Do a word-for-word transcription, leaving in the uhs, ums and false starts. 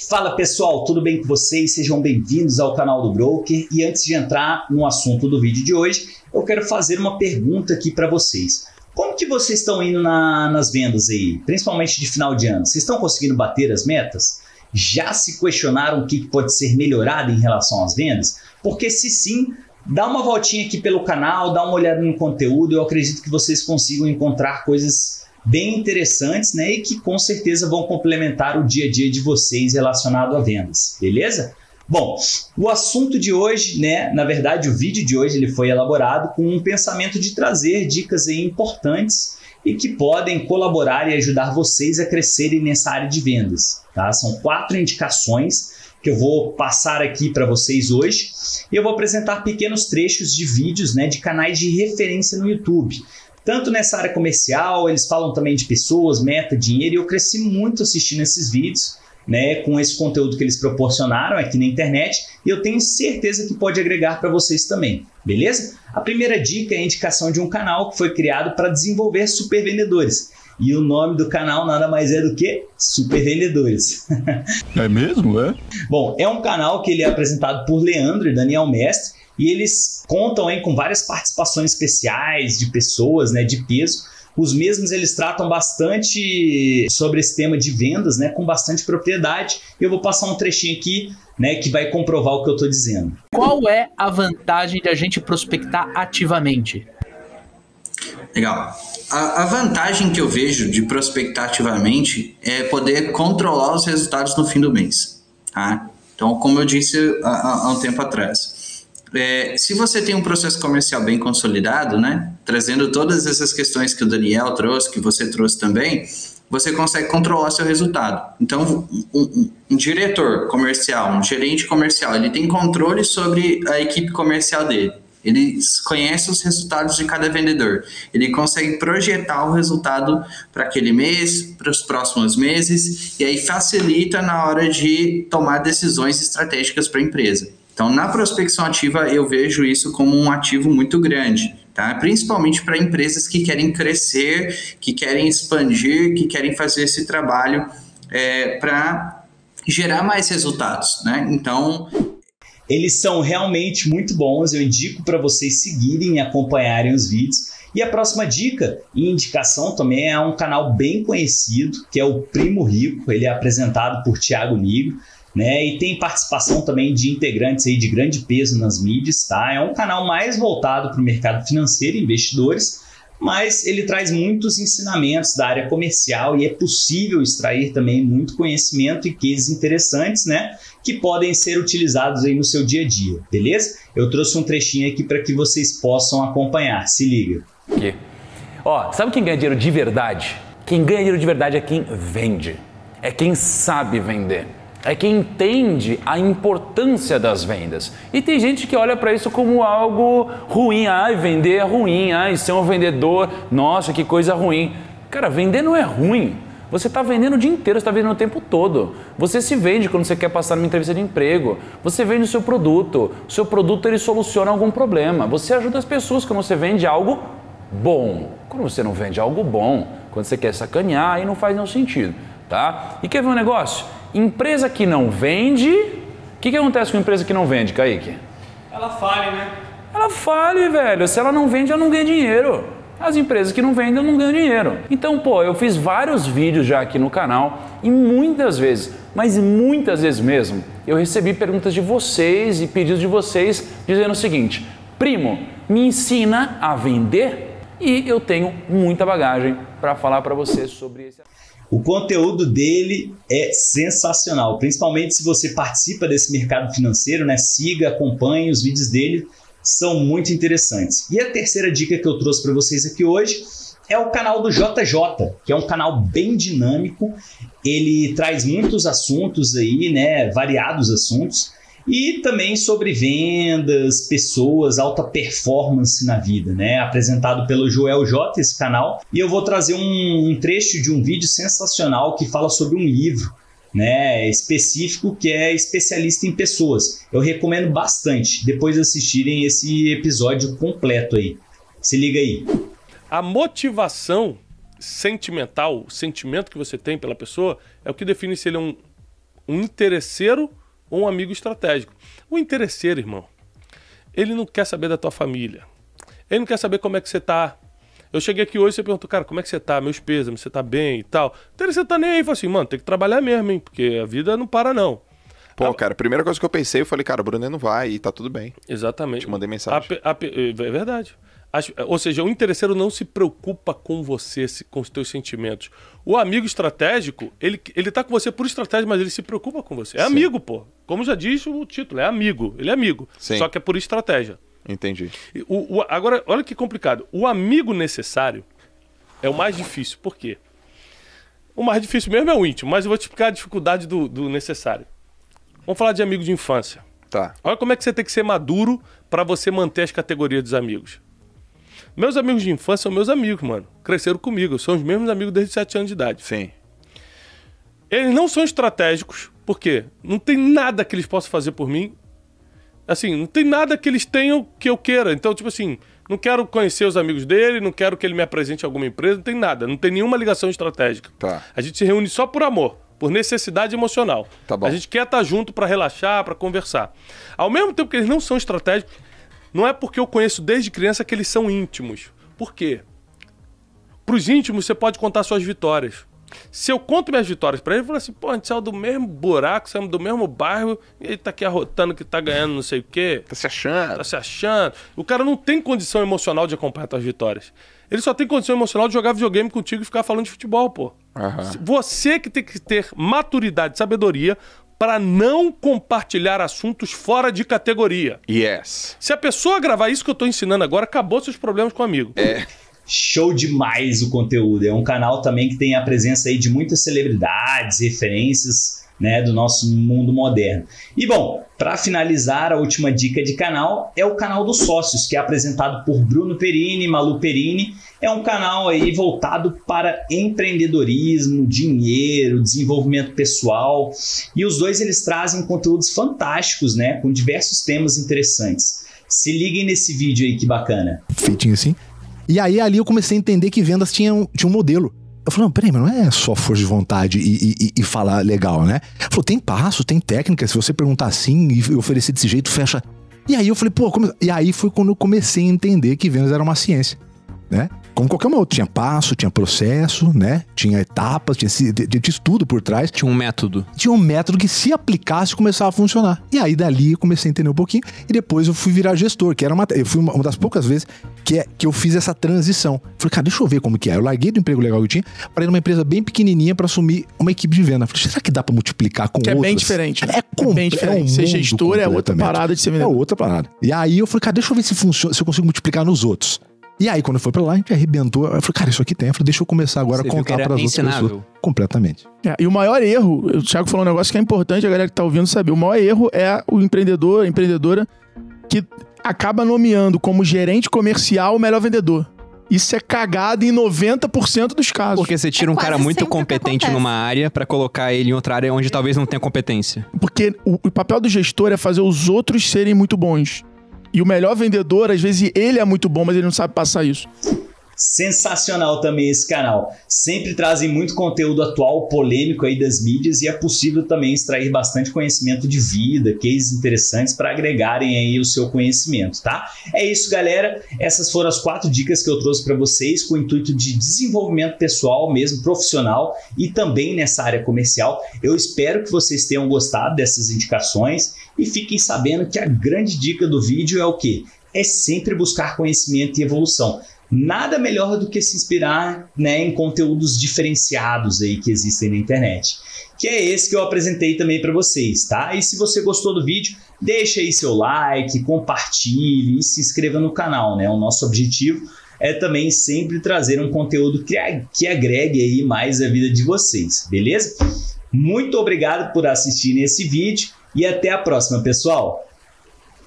Fala pessoal, tudo bem com vocês? Sejam bem-vindos ao canal do Broker. E antes de entrar no assunto do vídeo de hoje, eu quero fazer uma pergunta aqui para vocês. Como que vocês estão indo na, nas vendas aí, principalmente de final de ano? Vocês estão conseguindo bater as metas? Já se questionaram o que pode ser melhorado em relação às vendas? Porque se sim, dá uma voltinha aqui pelo canal, dá uma olhada no conteúdo, eu acredito que vocês consigam encontrar coisas bem interessantes, né, e que com certeza vão complementar o dia a dia de vocês relacionado a vendas, beleza? Bom, o assunto de hoje, né, na verdade o vídeo de hoje ele foi elaborado com um pensamento de trazer dicas aí importantes e que podem colaborar e ajudar vocês a crescerem nessa área de vendas, tá? São quatro indicações que eu vou passar aqui para vocês hoje e eu vou apresentar pequenos trechos de vídeos, né, de canais de referência no YouTube. Tanto nessa área comercial, eles falam também de pessoas, meta, dinheiro, e eu cresci muito assistindo esses vídeos, né, com esse conteúdo que eles proporcionaram aqui na internet, e eu tenho certeza que pode agregar para vocês também, beleza? A primeira dica é a indicação de um canal que foi criado para desenvolver super vendedores. E o nome do canal nada mais é do que Super Vendedores. É mesmo, é? Bom, é um canal que ele é apresentado por Leandro e Daniel Mestre, e eles contam aí com várias participações especiais de pessoas, né, de peso. Os mesmos eles tratam bastante sobre esse tema de vendas, né, com bastante propriedade. Eu vou passar um trechinho aqui, né, que vai comprovar o que eu estou dizendo. Qual é a vantagem de a gente prospectar ativamente? Legal. A, a vantagem que eu vejo de prospectar ativamente é poder controlar os resultados no fim do mês. Tá? Então, como eu disse há, há um tempo atrás, É, se você tem um processo comercial bem consolidado, né, trazendo todas essas questões que o Daniel trouxe, que você trouxe também, você consegue controlar seu resultado. Então, um, um, um diretor comercial, um gerente comercial, ele tem controle sobre a equipe comercial dele. Ele conhece os resultados de cada vendedor. Ele consegue projetar o resultado para aquele mês, para os próximos meses, e aí facilita na hora de tomar decisões estratégicas para a empresa. Então, na prospecção ativa, eu vejo isso como um ativo muito grande, tá? Principalmente para empresas que querem crescer, que querem expandir, que querem fazer esse trabalho é, para gerar mais resultados, né? Então, eles são realmente muito bons, eu indico para vocês seguirem e acompanharem os vídeos. E a próxima dica e indicação também é um canal bem conhecido, que é o Primo Rico, ele é apresentado por Thiago Nigro, né, e tem participação também de integrantes aí de grande peso nas mídias, tá? É um canal mais voltado para o mercado financeiro e investidores, mas ele traz muitos ensinamentos da área comercial e é possível extrair também muito conhecimento e cases interessantes, né, que podem ser utilizados aí no seu dia a dia, beleza? Eu trouxe um trechinho aqui para que vocês possam acompanhar, se liga. Aqui. Ó, sabe quem ganha dinheiro de verdade? Quem ganha dinheiro de verdade é quem vende, é quem sabe vender. É quem entende a importância das vendas. E tem gente que olha para isso como algo ruim. Ai, vender é ruim. Ai, ser um vendedor, nossa, que coisa ruim. Cara, vender não é ruim. Você está vendendo o dia inteiro, você está vendendo o tempo todo. Você se vende quando você quer passar numa entrevista de emprego. Você vende o seu produto. O seu produto ele soluciona algum problema. Você ajuda as pessoas quando você vende algo bom. Quando você não vende algo bom, quando você quer sacanear, aí não faz nenhum sentido. Tá? E quer ver um negócio? Empresa que não vende, o que, que acontece com empresa que não vende, Kaique? Ela fale, né? Ela fale, velho. Se ela não vende, ela não ganha dinheiro. As empresas que não vendem, não ganham dinheiro. Então, pô, eu fiz vários vídeos já aqui no canal e muitas vezes, mas muitas vezes mesmo, eu recebi perguntas de vocês e pedidos de vocês dizendo o seguinte: primo, me ensina a vender? E eu tenho muita bagagem para falar para vocês sobre esse assunto. O conteúdo dele é sensacional, principalmente se você participa desse mercado financeiro, né? Siga, acompanhe, os vídeos dele são muito interessantes. E a terceira dica que eu trouxe para vocês aqui hoje é o canal do J J, que é um canal bem dinâmico, ele traz muitos assuntos aí, né? Variados assuntos, e também sobre vendas, pessoas, alta performance na vida, né? Apresentado pelo Joel J, esse canal. E eu vou trazer um, um trecho de um vídeo sensacional que fala sobre um livro, né, específico que é especialista em pessoas. Eu recomendo bastante depois de assistirem esse episódio completo aí. Se liga aí. A motivação sentimental, o sentimento que você tem pela pessoa, é o que define se ele é um um interesseiro ou um amigo estratégico. O interesseiro, irmão, ele não quer saber da tua família. Ele não quer saber como é que você tá. Eu cheguei aqui hoje e você perguntou, cara, como é que você tá? Meus pêsames, você tá bem e tal. O interesseiro tá nem aí. Fala assim, mano, tem que trabalhar mesmo, hein? Porque a vida não para, não. Pô, a... cara, a primeira coisa que eu pensei, eu falei, cara, o Bruno não vai e tá tudo bem. Exatamente. Te mandei mensagem. A, a, é verdade. Ou seja, o interesseiro não se preocupa com você, com os teus sentimentos. O amigo estratégico, ele, ele tá com você por estratégia, mas ele se preocupa com você. É Sim. amigo, pô. Como já diz o título, é amigo. Ele é amigo. Sim. Só que é por estratégia. Entendi. O, o, agora, olha que complicado. O amigo necessário é o mais difícil. Por quê? O mais difícil mesmo é o íntimo, mas eu vou te explicar a dificuldade do, do necessário. Vamos falar de amigo de infância. Tá. Olha como é que você tem que ser maduro para você manter as categorias dos amigos. Meus amigos de infância são meus amigos, mano. Cresceram comigo. São os mesmos amigos desde sete anos de idade. Sim. Eles não são estratégicos. Por quê? Não tem nada que eles possam fazer por mim. Assim, não tem nada que eles tenham que eu queira. Então, tipo assim, não quero conhecer os amigos dele, não quero que ele me apresente a alguma empresa, não tem nada. Não tem nenhuma ligação estratégica. Tá. A gente se reúne só por amor, por necessidade emocional. Tá bom. A gente quer estar junto para relaxar, para conversar. Ao mesmo tempo que eles não são estratégicos, não é porque eu conheço desde criança que eles são íntimos. Por quê? Para os íntimos, você pode contar suas vitórias. Se eu conto minhas vitórias para ele, ele fala assim, pô, a gente saiu do mesmo buraco, saímos do mesmo bairro, e ele tá aqui arrotando que tá ganhando não sei o quê. Tá se achando. Tá se achando. O cara não tem condição emocional de acompanhar tuas vitórias. Ele só tem condição emocional de jogar videogame contigo e ficar falando de futebol, pô. Uhum. Você que tem que ter maturidade, sabedoria para não compartilhar assuntos fora de categoria. Yes. Se a pessoa gravar isso que eu tô ensinando agora, acabou seus problemas com o amigo. É. Show demais o conteúdo. É um canal também que tem a presença aí de muitas celebridades, referências, né, do nosso mundo moderno. E bom, para finalizar, a última dica de canal é o canal dos sócios, que é apresentado por Bruno Perini, Malu Perini. É um canal aí voltado para empreendedorismo, dinheiro, desenvolvimento pessoal. E os dois eles trazem conteúdos fantásticos, né, com diversos temas interessantes. Se liguem nesse vídeo aí, que bacana. Feitinho assim. E aí ali eu comecei a entender que vendas tinha um, tinha um modelo. Eu falei, não, peraí, mas não é só força de vontade e, e, e falar legal, né? Ele falou, tem passo, tem técnica, se você perguntar assim e oferecer desse jeito, fecha. E aí eu falei, pô, como... e aí foi quando eu comecei a entender que vendas era uma ciência, né? Como qualquer uma outra, tinha passo, tinha processo, né? Tinha etapas, tinha, tinha estudo por trás. Tinha um método. Tinha um método que se aplicasse começava a funcionar. E aí dali eu comecei a entender um pouquinho e depois eu fui virar gestor, que era uma, eu fui uma, uma das poucas vezes que, é, que eu fiz essa transição. Falei, cara, deixa eu ver como que é. Eu larguei do emprego legal que eu tinha para ir numa empresa bem pequenininha para assumir uma equipe de venda. Falei, será que dá para multiplicar com que outras? É bem diferente. É, com, é bem diferente. É um ser gestor é outra parada de ser vendedor. É outra parada. E aí eu falei, cara, deixa eu ver se funciona, se eu consigo multiplicar nos outros. E aí, quando eu fui pra lá, a gente arrebentou. Eu falei, cara, isso aqui tem. Eu falei, deixa eu começar agora Você a contar para as outras pessoas. Completamente. É, e o maior erro, o Thiago falou um negócio que é importante a galera que tá ouvindo saber. O maior erro é o empreendedor, a empreendedora que acaba nomeando como gerente comercial o melhor vendedor. Isso é cagado em noventa por cento dos casos. Porque você tira É um cara quase muito sempre competente acontece. numa área pra colocar ele em outra área onde talvez não tenha competência. Porque o, o papel do gestor é fazer os outros serem muito bons. E o melhor vendedor, às vezes, ele é muito bom, mas ele não sabe passar isso. Sensacional também esse canal. Sempre trazem muito conteúdo atual, polêmico aí das mídias, e é possível também extrair bastante conhecimento de vida, cases interessantes para agregarem aí o seu conhecimento, tá? É isso, galera. Essas foram as quatro dicas que eu trouxe para vocês com o intuito de desenvolvimento pessoal mesmo, profissional e também nessa área comercial. Eu espero que vocês tenham gostado dessas indicações e fiquem sabendo que a grande dica do vídeo é o quê? É sempre buscar conhecimento e evolução. Nada melhor do que se inspirar, né, em conteúdos diferenciados aí que existem na internet. Que é esse que eu apresentei também para vocês, tá? E se você gostou do vídeo, deixa aí seu like, compartilhe e se inscreva no canal, né? O nosso objetivo é também sempre trazer um conteúdo que, que agregue aí mais a vida de vocês, beleza? Muito obrigado por assistirem esse vídeo e até a próxima, pessoal!